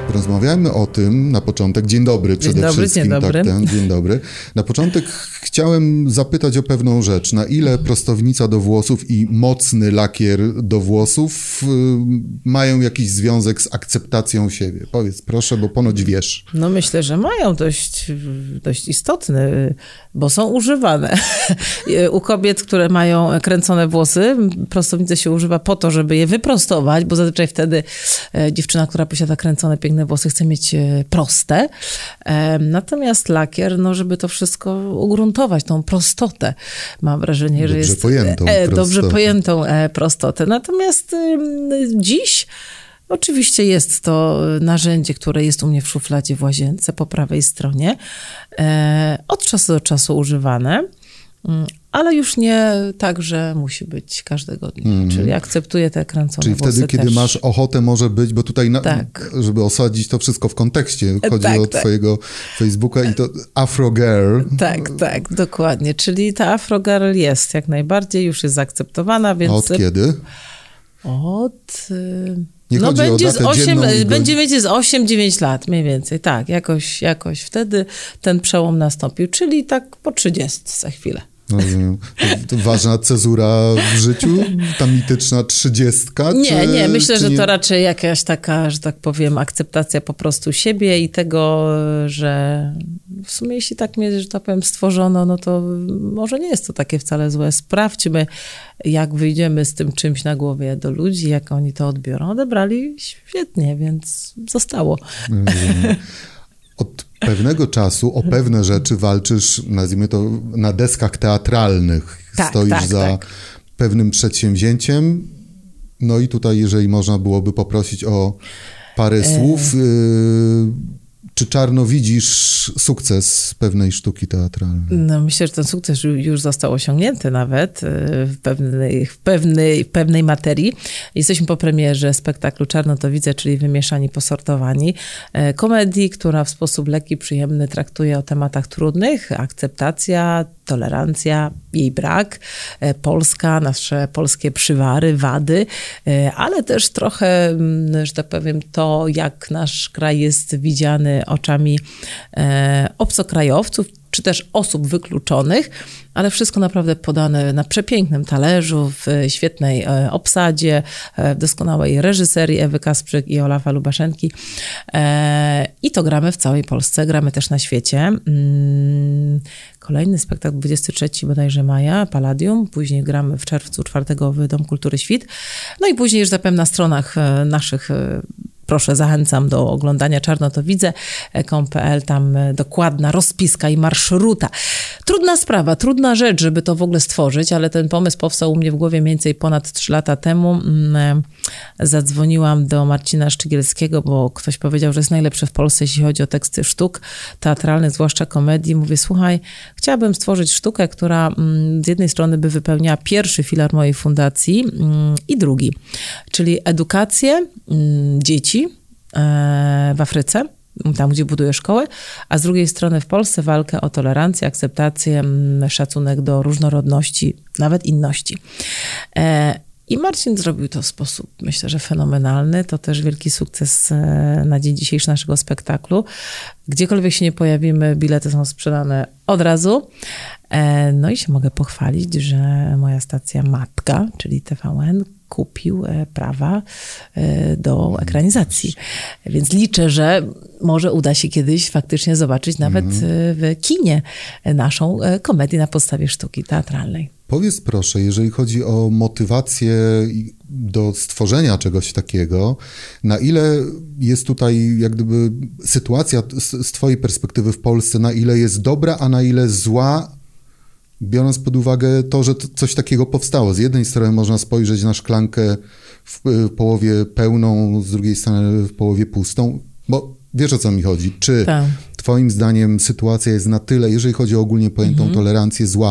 Porozmawiajmy o tym na początek. Dzień dobry przede wszystkim. Dzień dobry. Dzień dobry. Na początek chciałem zapytać o pewną rzecz. Na ile prostownica do włosów i mocny lakier do włosów mają jakiś związek z akceptacją siebie? Powiedz proszę, bo ponoć wiesz. No myślę, że mają dość istotny, bo są używane. U kobiet, które mają kręcone włosy, prostownicę się używa po to, żeby je wyprostować, bo zazwyczaj wtedy dziewczyna, która posiada kręcone, piękne włosy, chce mieć proste. Natomiast lakier, no żeby to wszystko ugruntować, tą prostotę. Mam wrażenie, że jest dobrze pojętą prostotę. Natomiast dziś oczywiście jest to narzędzie, które jest u mnie w szufladzie w łazience po prawej stronie. Od czasu do czasu używane. Ale już nie tak, że musi być każdego dnia. Czyli akceptuję te kręcone włosy. Czyli wtedy, kiedy masz ochotę, może być, bo tutaj, tak. Żeby osadzić to wszystko w kontekście, chodzi o twojego Facebooka i to Afro Girl. Tak, dokładnie. Czyli ta Afro Girl jest jak najbardziej, już jest zaakceptowana, więc... A od kiedy? Będzie mieć z 8-9 lat mniej więcej. Tak, jakoś wtedy ten przełom nastąpił. Czyli tak po 30 za chwilę. Rozumiem. To ważna cezura w życiu? Ta mityczna 30? Nie, myślę, że to raczej jakaś taka, że tak powiem, akceptacja po prostu siebie i tego, że w sumie jeśli tak mnie, że tak powiem, stworzono, no to może nie jest to takie wcale złe. Sprawdźmy, jak wyjdziemy z tym czymś na głowie do ludzi, jak oni to odbiorą. Odebrali świetnie, więc zostało. Od pewnego czasu o pewne rzeczy walczysz, nazwijmy to, na deskach teatralnych. Stoisz za pewnym przedsięwzięciem. No i tutaj, jeżeli można byłoby poprosić o parę słów, czy czarno widzisz sukces pewnej sztuki teatralnej? No myślę, że ten sukces już został osiągnięty nawet w pewnej materii. Jesteśmy po premierze spektaklu Czarno to widzę, czyli Wymieszani, posortowani. Komedii, która w sposób lekki, przyjemny traktuje o tematach trudnych. Akceptacja, tolerancja, jej brak, Polska, nasze polskie przywary, wady, ale też trochę, że tak powiem, to, jak nasz kraj jest widziany oczami obcokrajowców, czy też osób wykluczonych, ale wszystko naprawdę podane na przepięknym talerzu, w świetnej obsadzie, w doskonałej reżyserii Ewy Kasprzyk i Olafa Lubaszenki. I to gramy w całej Polsce, gramy też na świecie. Kolejny spektakl 23 bodajże maja, Palladium, później gramy w czerwcu 4 w Dom Kultury Świt. No i później już zapewne na stronach naszych proszę, zachęcam do oglądania czarnotowidzę.pl, tam dokładna rozpiska i marszruta. Trudna sprawa, trudna rzecz, żeby to w ogóle stworzyć, ale ten pomysł powstał u mnie w głowie mniej więcej ponad 3 lata temu. Zadzwoniłam do Marcina Szczygielskiego, bo ktoś powiedział, że jest najlepszy w Polsce, jeśli chodzi o teksty sztuk teatralnych, zwłaszcza komedii. Mówię, słuchaj, chciałabym stworzyć sztukę, która z jednej strony by wypełniała pierwszy filar mojej fundacji i drugi, czyli edukację dzieci w Afryce, tam gdzie buduję szkoły, a z drugiej strony w Polsce walkę o tolerancję, akceptację, szacunek do różnorodności, nawet inności. I Marcin zrobił to w sposób, myślę, że fenomenalny. To też wielki sukces na dzień dzisiejszy naszego spektaklu. Gdziekolwiek się nie pojawimy, bilety są sprzedane od razu. No i się mogę pochwalić, że moja stacja matka, czyli TVN, kupił prawa do ekranizacji. Więc liczę, że może uda się kiedyś faktycznie zobaczyć nawet w kinie naszą komedię na podstawie sztuki teatralnej. Powiedz proszę, jeżeli chodzi o motywację do stworzenia czegoś takiego, na ile jest tutaj jak gdyby sytuacja z twojej perspektywy w Polsce, na ile jest dobra, a na ile zła, biorąc pod uwagę to, że coś takiego powstało. Z jednej strony można spojrzeć na szklankę w połowie pełną, z drugiej strony w połowie pustą, bo wiesz, o co mi chodzi. Czy twoim zdaniem sytuacja jest na tyle, jeżeli chodzi o ogólnie pojętą tolerancję, zła,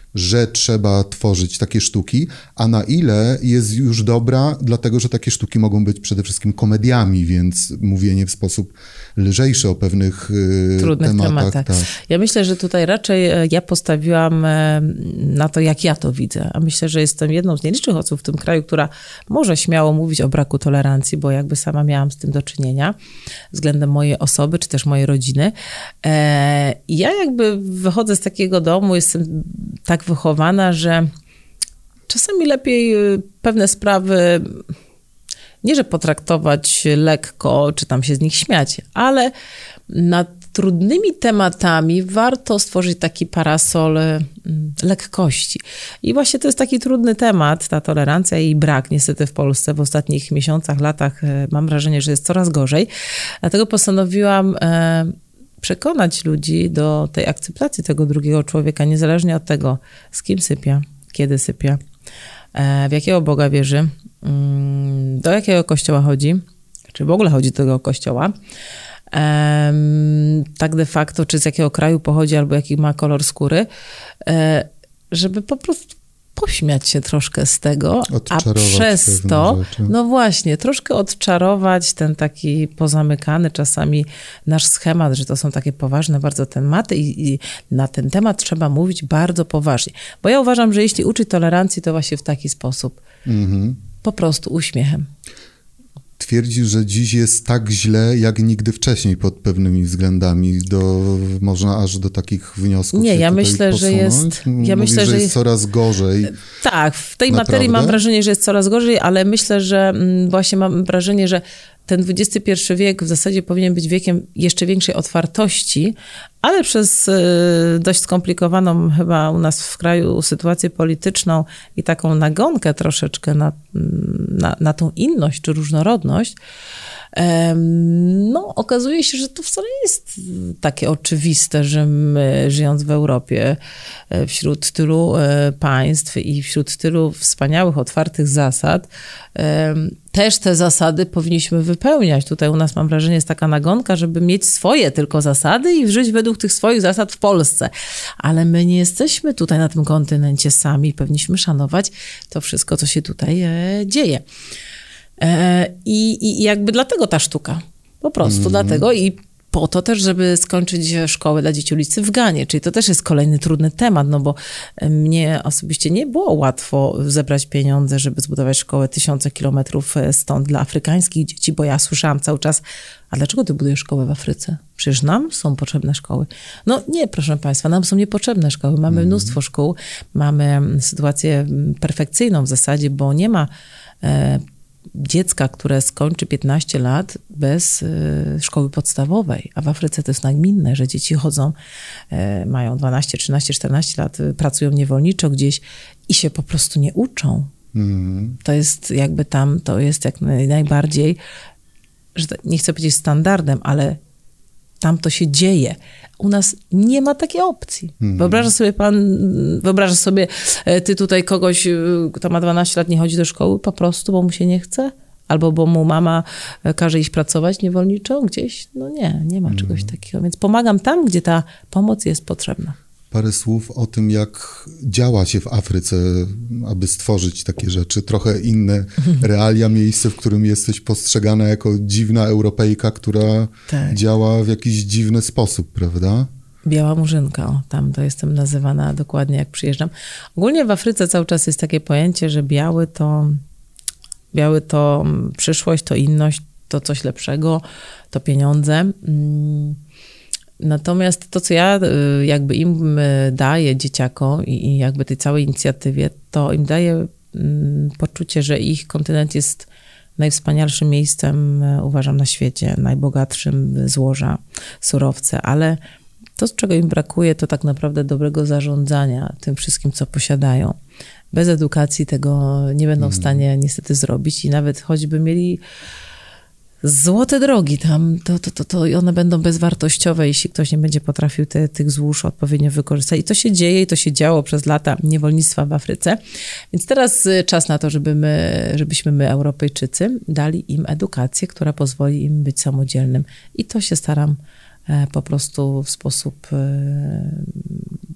że trzeba tworzyć takie sztuki, a na ile jest już dobra, dlatego że takie sztuki mogą być przede wszystkim komediami, więc mówienie w sposób lżejszy o pewnych trudnych tematach. Tak. Ja myślę, że tutaj raczej ja postawiłam na to, jak ja to widzę, a myślę, że jestem jedną z nielicznych osób w tym kraju, która może śmiało mówić o braku tolerancji, bo jakby sama miałam z tym do czynienia względem mojej osoby, czy też mojej rodziny. I ja jakby wychodzę z takiego domu, jestem tak wychowana, że czasami lepiej pewne sprawy nie, że potraktować lekko, czy tam się z nich śmiać, ale nad trudnymi tematami warto stworzyć taki parasol lekkości. I właśnie to jest taki trudny temat, ta tolerancja i brak niestety w Polsce w ostatnich miesiącach, latach. Mam wrażenie, że jest coraz gorzej. Dlatego postanowiłam przekonać ludzi do tej akceptacji tego drugiego człowieka, niezależnie od tego, z kim sypia, kiedy sypia, w jakiego Boga wierzy, do jakiego kościoła chodzi, czy w ogóle chodzi do tego kościoła, tak de facto, czy z jakiego kraju pochodzi, albo jaki ma kolor skóry, żeby po prostu pośmiać się troszkę z tego, a przez to, no właśnie, troszkę odczarować ten taki pozamykany czasami nasz schemat, że to są takie poważne bardzo tematy i na ten temat trzeba mówić bardzo poważnie. Bo ja uważam, że jeśli uczyć tolerancji, to właśnie w taki sposób. Po prostu uśmiechem. Twierdzi, że dziś jest tak źle, jak nigdy wcześniej pod pewnymi względami. Można aż do takich wniosków nie, się ja myślę, posunąć. że jest... Ja myślę, że jest coraz gorzej. Tak, w tej Naprawdę? materii mam wrażenie, że jest coraz gorzej, ale myślę, że właśnie mam wrażenie, że ten XXI wiek w zasadzie powinien być wiekiem jeszcze większej otwartości, ale przez dość skomplikowaną chyba u nas w kraju sytuację polityczną i taką nagonkę troszeczkę na tą inność czy różnorodność, no okazuje się, że to wcale nie jest takie oczywiste, że my, żyjąc w Europie, wśród tylu państw i wśród tylu wspaniałych, otwartych zasad, też te zasady powinniśmy wypełniać. Tutaj u nas, mam wrażenie, jest taka nagonka, żeby mieć swoje tylko zasady i żyć według tych swoich zasad w Polsce. Ale my nie jesteśmy tutaj na tym kontynencie sami. Powinniśmy szanować to wszystko, co się tutaj dzieje. I jakby dlatego ta sztuka. Po prostu dlatego i po to też, żeby skończyć szkołę dla dzieci ulicy w Ganie. Czyli to też jest kolejny trudny temat, no bo mnie osobiście nie było łatwo zebrać pieniądze, żeby zbudować szkołę 1000 kilometrów stąd dla afrykańskich dzieci, bo ja słyszałam cały czas, a dlaczego ty budujesz szkołę w Afryce? Przecież nam są potrzebne szkoły. No nie, proszę państwa, nam są niepotrzebne szkoły. Mamy mnóstwo szkół, mamy sytuację perfekcyjną w zasadzie, bo nie ma dziecka, które skończy 15 lat bez szkoły podstawowej, a w Afryce to jest nagminne, że dzieci chodzą, mają 12, 13, 14 lat, pracują niewolniczo gdzieś i się po prostu nie uczą. To jest jakby tam, to jest jak najbardziej, że nie chcę powiedzieć standardem, ale tam to się dzieje. U nas nie ma takiej opcji. Wyobrażasz sobie ty tutaj kogoś, kto ma 12 lat, nie chodzi do szkoły po prostu, bo mu się nie chce? Albo bo mu mama każe iść pracować niewolniczo gdzieś? No nie ma czegoś takiego. Więc pomagam tam, gdzie ta pomoc jest potrzebna. Parę słów o tym, jak działa się w Afryce, aby stworzyć takie rzeczy. Trochę inne realia, miejsce, w którym jesteś postrzegana jako dziwna Europejka, która działa w jakiś dziwny sposób, prawda? Biała murzynka, tam to jestem nazywana dokładnie, jak przyjeżdżam. Ogólnie w Afryce cały czas jest takie pojęcie, że biały to przyszłość, to inność, to coś lepszego, to pieniądze. Natomiast to, co ja jakby im daję dzieciakom i jakby tej całej inicjatywie, to im daję poczucie, że ich kontynent jest najwspanialszym miejscem, uważam, na świecie, najbogatszym złoża, surowce, ale to, z czego im brakuje, to tak naprawdę dobrego zarządzania tym wszystkim, co posiadają. Bez edukacji tego nie będą w stanie niestety zrobić i nawet choćby mieli złote drogi tam, to one będą bezwartościowe, jeśli ktoś nie będzie potrafił tych złóż odpowiednio wykorzystać. I to się dzieje i to się działo przez lata niewolnictwa w Afryce. Więc teraz czas na to, żebyśmy my, Europejczycy, dali im edukację, która pozwoli im być samodzielnym. I to się staram po prostu w sposób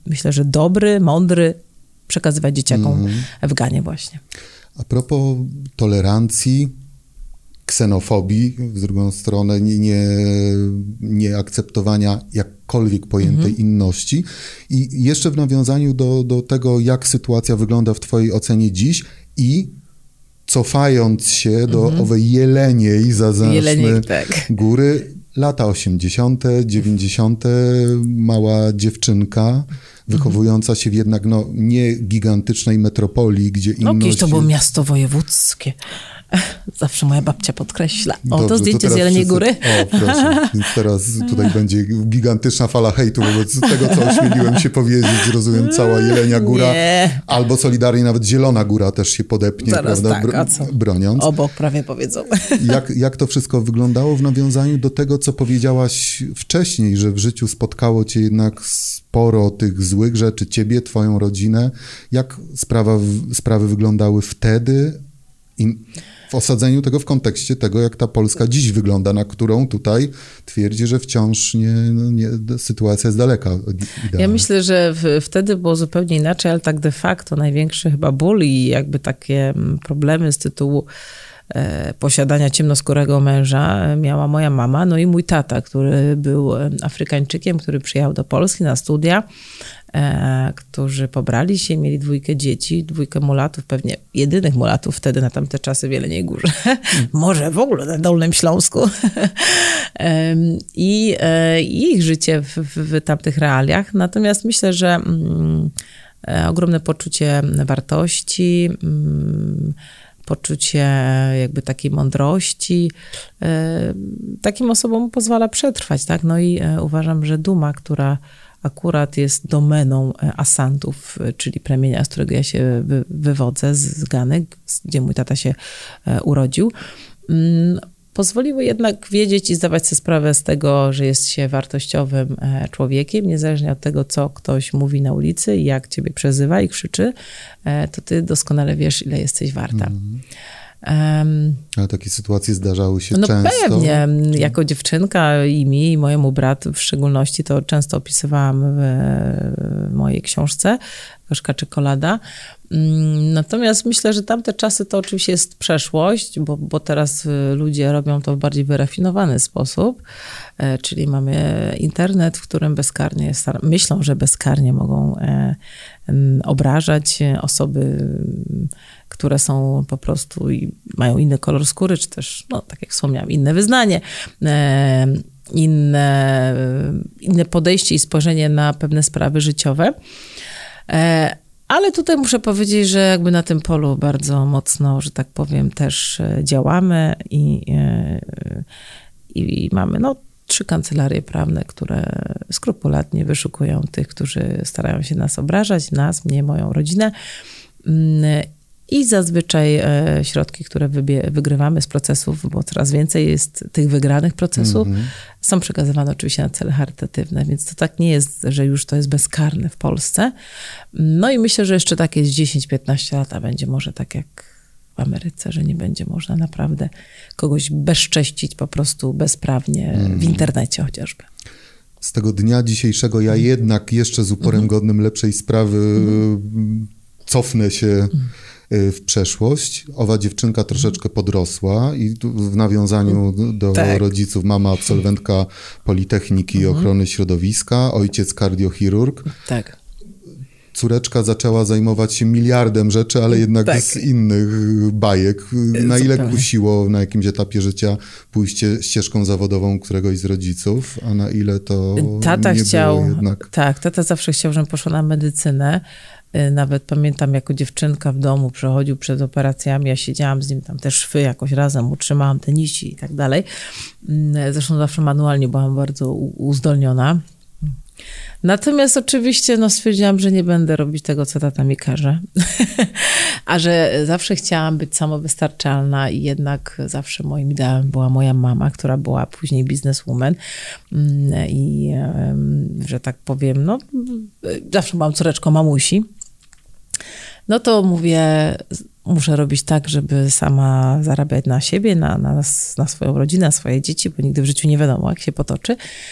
myślę, że dobry, mądry, przekazywać dzieciakom w Ganie właśnie. A propos tolerancji, ksenofobii, z drugą stronę nieakceptowania jakkolwiek pojętej inności. I jeszcze w nawiązaniu do tego, jak sytuacja wygląda w twojej ocenie dziś i cofając się do owej jeleniej, zazęczmy góry, lata 80., 90., mała dziewczynka, wychowująca się w jednak nie gigantycznej metropolii, gdzie inność... kiedyś to było miasto wojewódzkie. Zawsze moja babcia podkreśla. Dobrze, to zdjęcie z Jeleniej Góry. O, proszę. Więc teraz tutaj będzie gigantyczna fala hejtu wobec tego, co ośmieliłem się powiedzieć. Rozumiem, cała Jelenia Góra. Nie. Albo solidarnie nawet Zielona Góra też się podepnie, zaraz prawda? Tak, a co? Broniąc. Obok prawie powiedzą. Jak to wszystko wyglądało w nawiązaniu do tego, co powiedziałaś wcześniej, że w życiu spotkało cię jednak sporo tych złych rzeczy, ciebie, twoją rodzinę. Jak sprawy wyglądały wtedy i w osadzeniu tego w kontekście tego, jak ta Polska dziś wygląda, na którą tutaj twierdzi, że wciąż sytuacja jest daleka idealna. Ja myślę, że wtedy było zupełnie inaczej, ale tak de facto największy chyba ból i jakby takie problemy z tytułu posiadania ciemnoskórego męża miała moja mama, no i mój tata, który był Afrykańczykiem, który przyjechał do Polski na studia, którzy pobrali się, mieli 2 dzieci, 2 mulatów, pewnie jedynych mulatów wtedy na tamte czasy w Jeleniej Górze. Może w ogóle na Dolnym Śląsku. I ich życie w tamtych realiach. Natomiast myślę, że ogromne poczucie wartości, poczucie jakby takiej mądrości takim osobom pozwala przetrwać, tak? No i uważam, że duma, która akurat jest domeną Asantów, czyli plemienia, z którego ja się wywodzę, z Gany, gdzie mój tata się urodził, pozwoliły jednak wiedzieć i zdawać sobie sprawę z tego, że jest się wartościowym człowiekiem, niezależnie od tego, co ktoś mówi na ulicy i jak ciebie przezywa i krzyczy, to ty doskonale wiesz, ile jesteś warta. Ale takie sytuacje zdarzały się często? No pewnie. Jako dziewczynka i mi, i mojemu bratu w szczególności, to często opisywałam w mojej książce Gorzka czekolada. Natomiast myślę, że tamte czasy to oczywiście jest przeszłość, bo teraz ludzie robią to w bardziej wyrafinowany sposób, czyli mamy internet, w którym bezkarnie myślą, że bezkarnie mogą obrażać osoby, które są po prostu i mają inny kolor skóry, czy też, no tak jak wspomniałam, inne wyznanie, inne podejście i spojrzenie na pewne sprawy życiowe. Ale tutaj muszę powiedzieć, że jakby na tym polu bardzo mocno, że tak powiem, też działamy i mamy 3 kancelarie prawne, które skrupulatnie wyszukują tych, którzy starają się nas obrażać, mnie, moją rodzinę. I zazwyczaj środki, które wygrywamy z procesów, bo coraz więcej jest tych wygranych procesów, są przekazywane oczywiście na cele charytatywne, więc to tak nie jest, że już to jest bezkarne w Polsce. No i myślę, że jeszcze tak jest 10-15 lat, a będzie może tak jak w Ameryce, że nie będzie można naprawdę kogoś bezcześcić po prostu bezprawnie w internecie chociażby. Z tego dnia dzisiejszego ja jednak jeszcze z uporem godnym lepszej sprawy cofnę się w przeszłość. Owa dziewczynka troszeczkę podrosła i tu w nawiązaniu do rodziców, mama absolwentka Politechniki Ochrony Środowiska, ojciec kardiochirurg. Tak. Córeczka zaczęła zajmować się miliardem rzeczy, ale jednak z innych bajek. Na ile kusiło na jakimś etapie życia pójście ścieżką zawodową któregoś z rodziców, a na ile to tata nie chciał, było jednak... Tak, tata zawsze chciał, żebym poszła na medycynę. Nawet pamiętam, jako dziewczynka w domu przechodził przed operacjami, ja siedziałam z nim tam te szwy jakoś razem, utrzymałam te nici i tak dalej. Zresztą zawsze manualnie byłam bardzo uzdolniona. Natomiast oczywiście stwierdziłam, że nie będę robić tego, co tata mi każe. A że zawsze chciałam być samowystarczalna i jednak zawsze moim ideałem była moja mama, która była później bizneswoman i że tak powiem, zawsze byłam córeczką mamusi. No to mówię, muszę robić tak, żeby sama zarabiać na siebie, na swoją rodzinę, na swoje dzieci, bo nigdy w życiu nie wiadomo, jak się potoczy.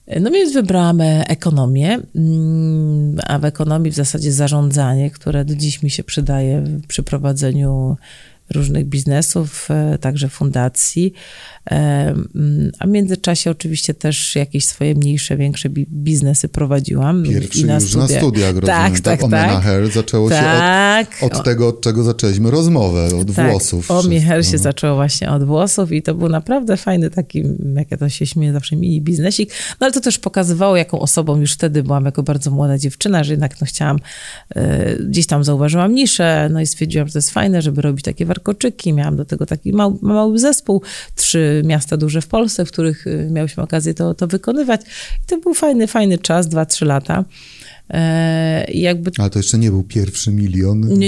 No więc wybrałam ekonomię, a w ekonomii w zasadzie zarządzanie, które do dziś mi się przydaje przy prowadzeniu różnych biznesów, także fundacji, a w międzyczasie oczywiście też jakieś swoje mniejsze, większe biznesy prowadziłam. Pierwszy już na studiach, rozumiem. Tak. Omena Hair zaczęło się od tego, od czego zaczęliśmy rozmowę, od włosów. Omena Hair się zaczęło właśnie od włosów i to był naprawdę fajny taki, jak ja to się śmieję, zawsze mini biznesik. No ale to też pokazywało, jaką osobą już wtedy byłam, jako bardzo młoda dziewczyna, że jednak chciałam, gdzieś tam zauważyłam niszę, no i stwierdziłam, że to jest fajne, żeby robić takie warkoczyki. Miałam do tego taki mały zespół, 3 miasta duże w Polsce, w których miałyśmy okazję to wykonywać. I to był fajny czas, 2-3 lata. Ale to jeszcze nie był pierwszy milion.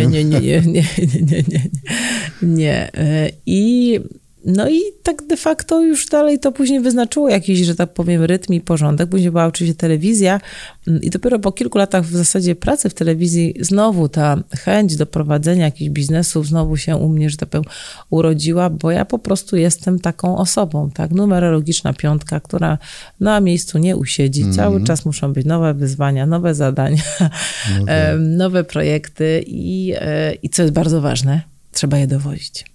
Nie. No i tak de facto już dalej to później wyznaczyło jakiś, że tak powiem, rytm i porządek. Później była oczywiście telewizja i dopiero po kilku latach w zasadzie pracy w telewizji znowu ta chęć do prowadzenia jakichś biznesów znowu się u mnie, że tak powiem, urodziła, bo ja po prostu jestem taką osobą, tak, numerologiczna 5, która na miejscu nie usiedzi. Cały czas muszą być nowe wyzwania, nowe zadania, nowe projekty i co jest bardzo ważne, trzeba je dowozić.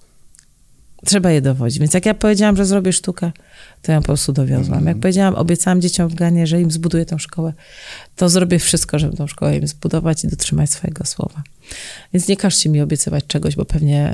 Więc jak ja powiedziałam, że zrobię sztukę, to ja po prostu dowiozłam. Jak powiedziałam, obiecałam dzieciom w Ganie, że im zbuduję tę szkołę, to zrobię wszystko, żeby tą szkołę im zbudować i dotrzymać swojego słowa. Więc nie każcie mi obiecywać czegoś, bo pewnie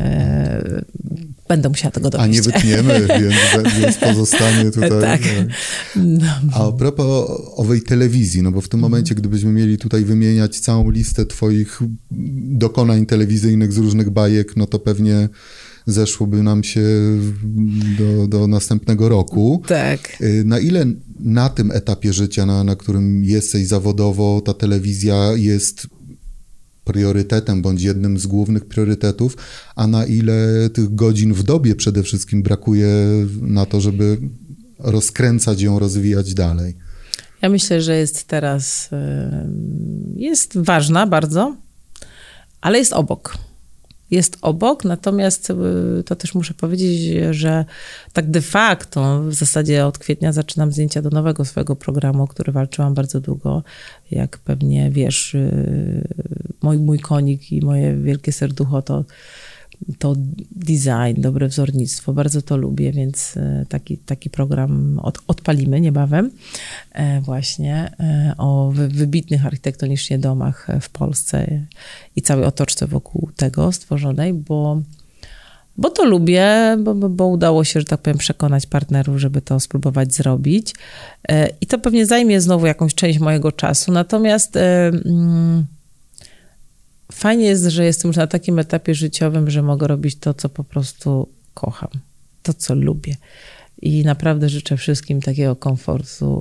będę musiała tego dowieść. A nie wytniemy, więc pozostanie tutaj. Tak. No. A propos owej telewizji, no bo w tym momencie, gdybyśmy mieli tutaj wymieniać całą listę twoich dokonań telewizyjnych z różnych bajek, no to pewnie zeszłoby nam się do następnego roku. Tak. Na ile na tym etapie życia, na którym jesteś zawodowo, ta telewizja jest priorytetem, bądź jednym z głównych priorytetów, a na ile tych godzin w dobie przede wszystkim brakuje na to, żeby rozkręcać ją, rozwijać dalej? Ja myślę, że jest teraz, jest ważna bardzo, ale jest obok, natomiast to też muszę powiedzieć, że tak de facto w zasadzie od kwietnia zaczynam zdjęcia do nowego swojego programu, o który walczyłam bardzo długo. Jak pewnie wiesz, mój konik i moje wielkie serducho to design, dobre wzornictwo, bardzo to lubię, więc taki program odpalimy niebawem właśnie o wybitnych architektonicznie domach w Polsce i całej otoczce wokół tego stworzonej, bo to lubię, bo udało się, że tak powiem, przekonać partnerów, żeby to spróbować zrobić i to pewnie zajmie znowu jakąś część mojego czasu, natomiast fajnie jest, że jestem już na takim etapie życiowym, że mogę robić to, co po prostu kocham, to, co lubię. I naprawdę życzę wszystkim takiego komfortu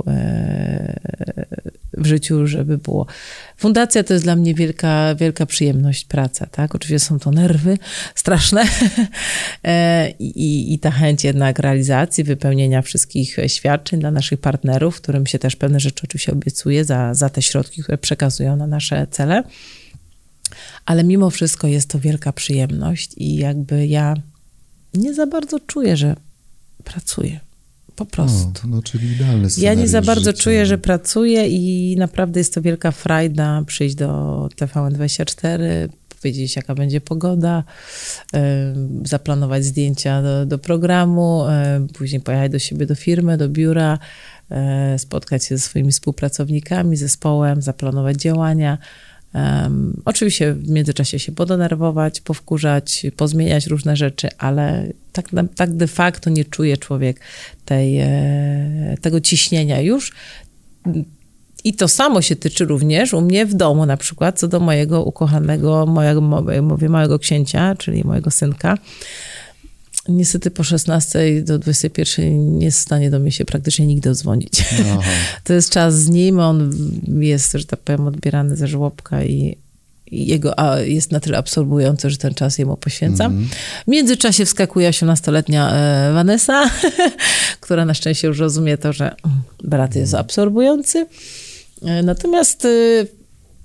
w życiu, żeby było. Fundacja to jest dla mnie wielka przyjemność, praca, tak? Oczywiście są to nerwy straszne i ta chęć jednak realizacji, wypełnienia wszystkich świadczeń dla naszych partnerów, którym się też pewne rzeczy oczywiście obiecuje za te środki, które przekazują na nasze cele. Ale mimo wszystko jest to wielka przyjemność i jakby ja nie za bardzo czuję, że pracuję. Po prostu. No, czyli idealny scenariusz. Ja nie za bardzo życia. czuję, że pracuję i naprawdę jest to wielka frajda przyjść do TVN24, powiedzieć, jaka będzie pogoda, zaplanować zdjęcia do programu, później pojechać do siebie do firmy, do biura, spotkać się ze swoimi współpracownikami, zespołem, zaplanować działania. Oczywiście w międzyczasie się podenerwować, powkurzać, pozmieniać różne rzeczy, ale tak de facto nie czuje człowiek tego ciśnienia już. I to samo się tyczy również u mnie w domu na przykład, co do mojego ukochanego, małego księcia, czyli mojego synka. Niestety po 16 do 21 nie jest w stanie do mnie się praktycznie nigdy odzwonić. Aha. To jest czas z nim, on jest, że tak powiem, odbierany ze żłobka i jego jest na tyle absorbujący, że ten czas jemu poświęcam. W międzyczasie wskakuje 18-letnia Vanessa, która na szczęście już rozumie to, że brat jest absorbujący. Natomiast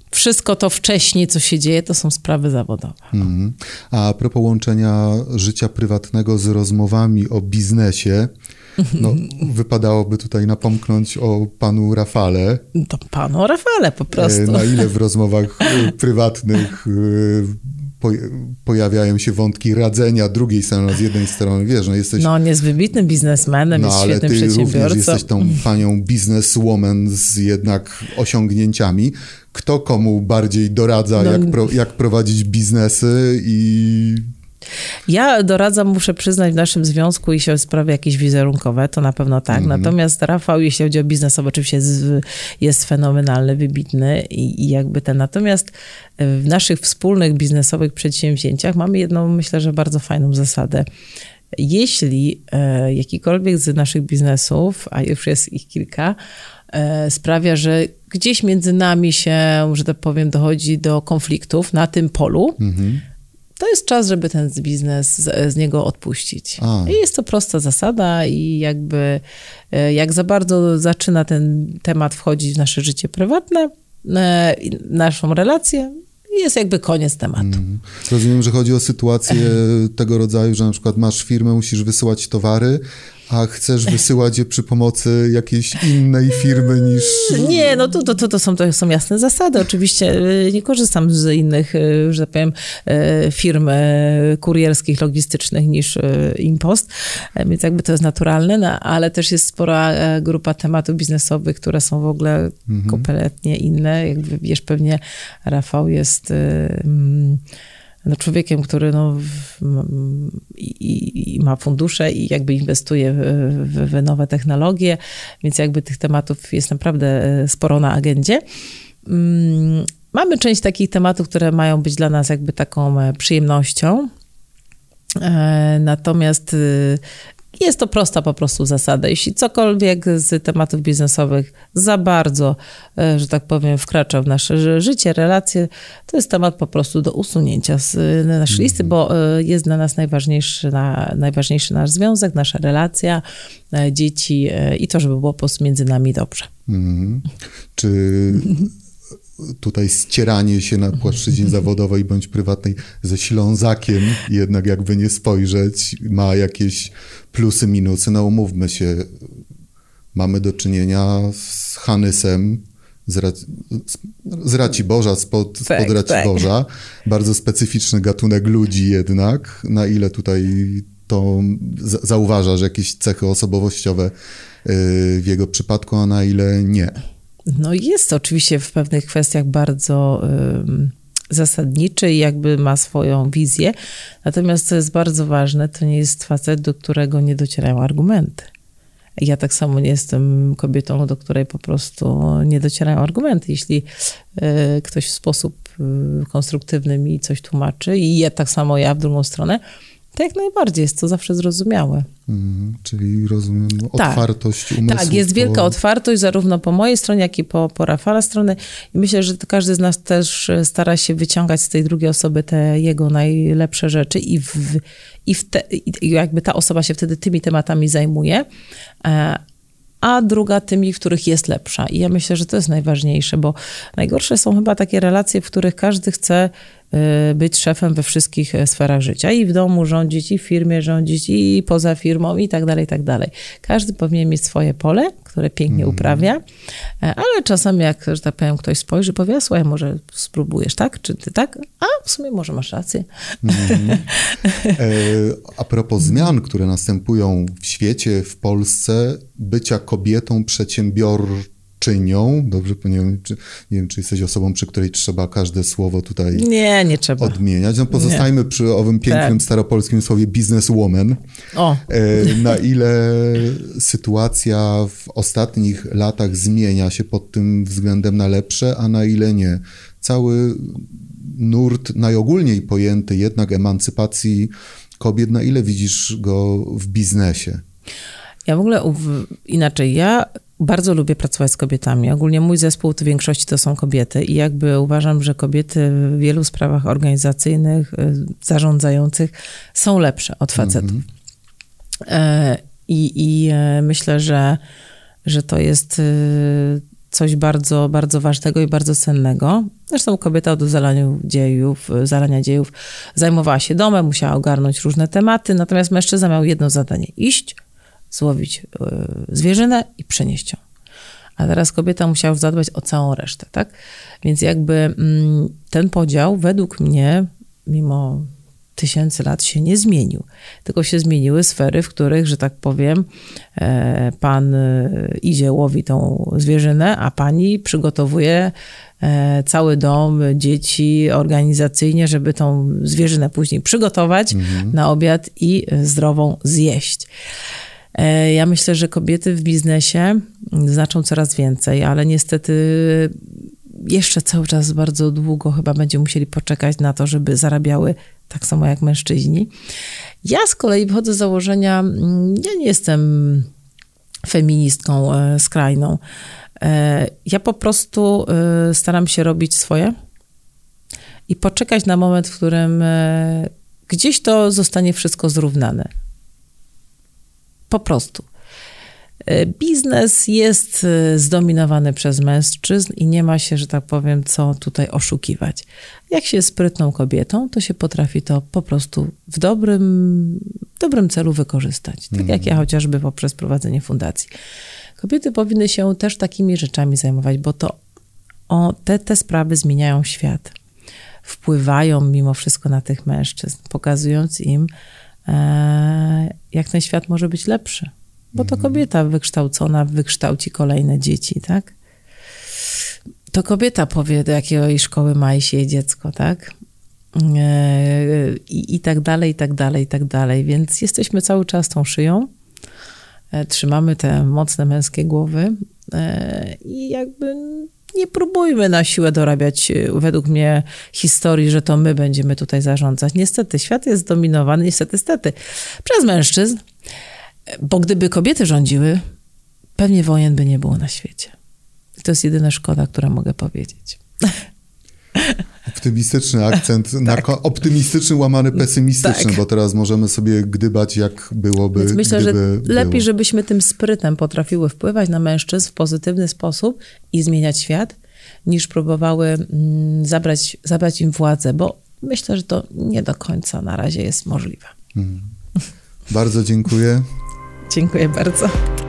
wszystko to wcześniej, co się dzieje, to są sprawy zawodowe. A propos łączenia życia prywatnego z rozmowami o biznesie, no, wypadałoby tutaj napomknąć o panu Rafale. To panu Rafale po prostu. Na ile w rozmowach prywatnych pojawiają się wątki radzenia drugiej strony, z jednej strony, wiesz, no jesteś... No, on jest wybitnym biznesmenem, jest świetnym przedsiębiorcą. Ale ty również jesteś tą panią bizneswoman z jednak osiągnięciami. Kto komu bardziej doradza, jak prowadzić biznesy i... Ja doradzam, muszę przyznać, w naszym związku i się sprawy jakieś wizerunkowe, to na pewno tak. Natomiast Rafał, jeśli chodzi o biznesowo, oczywiście jest fenomenalny, wybitny i jakby ten. Natomiast w naszych wspólnych biznesowych przedsięwzięciach mamy jedną, myślę, że bardzo fajną zasadę. Jeśli jakikolwiek z naszych biznesów, a już jest ich kilka, sprawia, że gdzieś między nami się, że tak powiem, dochodzi do konfliktów na tym polu, to jest czas, żeby ten biznes z niego odpuścić. I jest to prosta zasada i jakby jak za bardzo zaczyna ten temat wchodzić w nasze życie prywatne, naszą relację, jest jakby koniec tematu. Rozumiem, że chodzi o sytuację tego rodzaju, że na przykład masz firmę, musisz wysyłać towary, a chcesz wysyłać je przy pomocy jakiejś innej firmy niż... Nie, no to są jasne zasady. Oczywiście nie korzystam z innych, że tak powiem, firm kurierskich, logistycznych niż Impost, więc jakby to jest naturalne, ale też jest spora grupa tematów biznesowych, które są w ogóle kompletnie inne. Jakby wiesz, pewnie Rafał jest... człowiekiem, który i ma fundusze i jakby inwestuje w nowe technologie, więc jakby tych tematów jest naprawdę sporo na agendzie. Mamy część takich tematów, które mają być dla nas jakby taką przyjemnością, natomiast jest to prosta po prostu zasada. Jeśli cokolwiek z tematów biznesowych za bardzo, że tak powiem, wkracza w nasze życie, relacje, to jest temat po prostu do usunięcia z naszej listy, bo jest dla nas najważniejszy nasz związek, nasza relacja, dzieci i to, żeby było po prostu między nami dobrze. Czy tutaj ścieranie się na płaszczyźnie zawodowej bądź prywatnej ze Ślązakiem, jednak jakby nie spojrzeć, ma jakieś plusy, minusy. No umówmy się, mamy do czynienia z Hanysem, z Raciborza, spod Raciborza. Bardzo specyficzny gatunek ludzi jednak. Na ile tutaj to zauważasz jakieś cechy osobowościowe w jego przypadku, a na ile nie? No jest oczywiście w pewnych kwestiach bardzo zasadniczy i jakby ma swoją wizję. Natomiast co jest bardzo ważne, to nie jest facet, do którego nie docierają argumenty. Ja tak samo nie jestem kobietą, do której po prostu nie docierają argumenty. Jeśli ktoś w sposób konstruktywny mi coś tłumaczy i ja tak samo w drugą stronę, to jak najbardziej jest to zawsze zrozumiałe. Czyli rozumiem otwartość umysłu. Tak, jest wielka otwartość zarówno po mojej stronie, jak i po Rafała strony. I myślę, że każdy z nas też stara się wyciągać z tej drugiej osoby te jego najlepsze rzeczy i jakby ta osoba się wtedy tymi tematami zajmuje, a druga tymi, w których jest lepsza. I ja myślę, że to jest najważniejsze, bo najgorsze są chyba takie relacje, w których każdy chce być szefem we wszystkich sferach życia. I w domu rządzić, i w firmie rządzić, i poza firmą, i tak dalej, i tak dalej. Każdy powinien mieć swoje pole, które pięknie uprawia, ale czasami jak, że tak powiem, ktoś spojrzy, powie, słuchaj, może spróbujesz, tak? Czy ty tak? A w sumie może masz rację. A propos zmian, które następują w świecie, w Polsce, bycia kobietą przedsiębiorczynią, dobrze, nie wiem, czy jesteś osobą, przy której trzeba każde słowo tutaj nie trzeba odmieniać. No pozostajmy przy owym pięknym staropolskim słowie businesswoman. Na ile sytuacja w ostatnich latach zmienia się pod tym względem na lepsze, a na ile nie? Cały nurt najogólniej pojęty jednak emancypacji kobiet, na ile widzisz go w biznesie? Ja w ogóle inaczej, ja bardzo lubię pracować z kobietami. Ogólnie mój zespół w większości to są kobiety i jakby uważam, że kobiety w wielu sprawach organizacyjnych, zarządzających są lepsze od facetów. I myślę, że to jest coś bardzo, bardzo ważnego i bardzo cennego. Zresztą kobieta od zarania dziejów zajmowała się domem, musiała ogarnąć różne tematy, natomiast mężczyzna miał jedno zadanie: iść, złowić zwierzynę i przynieść ją. A teraz kobieta musiała już zadbać o całą resztę, tak? Więc jakby ten podział według mnie, mimo tysięcy lat, się nie zmienił. Tylko się zmieniły sfery, w których, że tak powiem, pan idzie, łowi tą zwierzynę, a pani przygotowuje cały dom, dzieci organizacyjnie, żeby tą zwierzynę później przygotować na obiad i zdrową zjeść. Ja myślę, że kobiety w biznesie znaczą coraz więcej, ale niestety jeszcze cały czas bardzo długo chyba będziemy musieli poczekać na to, żeby zarabiały tak samo jak mężczyźni. Ja z kolei wychodzę z założenia, ja nie jestem feministką skrajną. Ja po prostu staram się robić swoje i poczekać na moment, w którym gdzieś to zostanie wszystko zrównane. Po prostu. Biznes jest zdominowany przez mężczyzn i nie ma się, że tak powiem, co tutaj oszukiwać. Jak się jest sprytną kobietą, to się potrafi to po prostu w dobrym celu wykorzystać. Tak jak ja chociażby poprzez prowadzenie fundacji. Kobiety powinny się też takimi rzeczami zajmować, bo to te sprawy zmieniają świat. Wpływają mimo wszystko na tych mężczyzn, pokazując im, jak ten świat może być lepszy. Bo to kobieta wykształcona wykształci kolejne dzieci, tak? To kobieta powie, do jakiej szkoły ma iść jej dziecko, tak? I tak dalej, i tak dalej, i tak dalej. Więc jesteśmy cały czas tą szyją. Trzymamy te mocne męskie głowy i jakby nie próbujmy na siłę dorabiać, według mnie, historii, że to my będziemy tutaj zarządzać. Niestety, świat jest zdominowany, niestety, przez mężczyzn, bo gdyby kobiety rządziły, pewnie wojen by nie było na świecie. I to jest jedyna szkoda, którą mogę powiedzieć. Optymistyczny akcent, tak. Optymistyczny łamany pesymistyczny, tak. Bo teraz możemy sobie gdybać, jak byłoby. Więc myślę, że lepiej, żebyśmy tym sprytem potrafiły wpływać na mężczyzn w pozytywny sposób i zmieniać świat, niż próbowały zabrać im władzę, bo myślę, że to nie do końca na razie jest możliwe. Bardzo dziękuję. Dziękuję bardzo.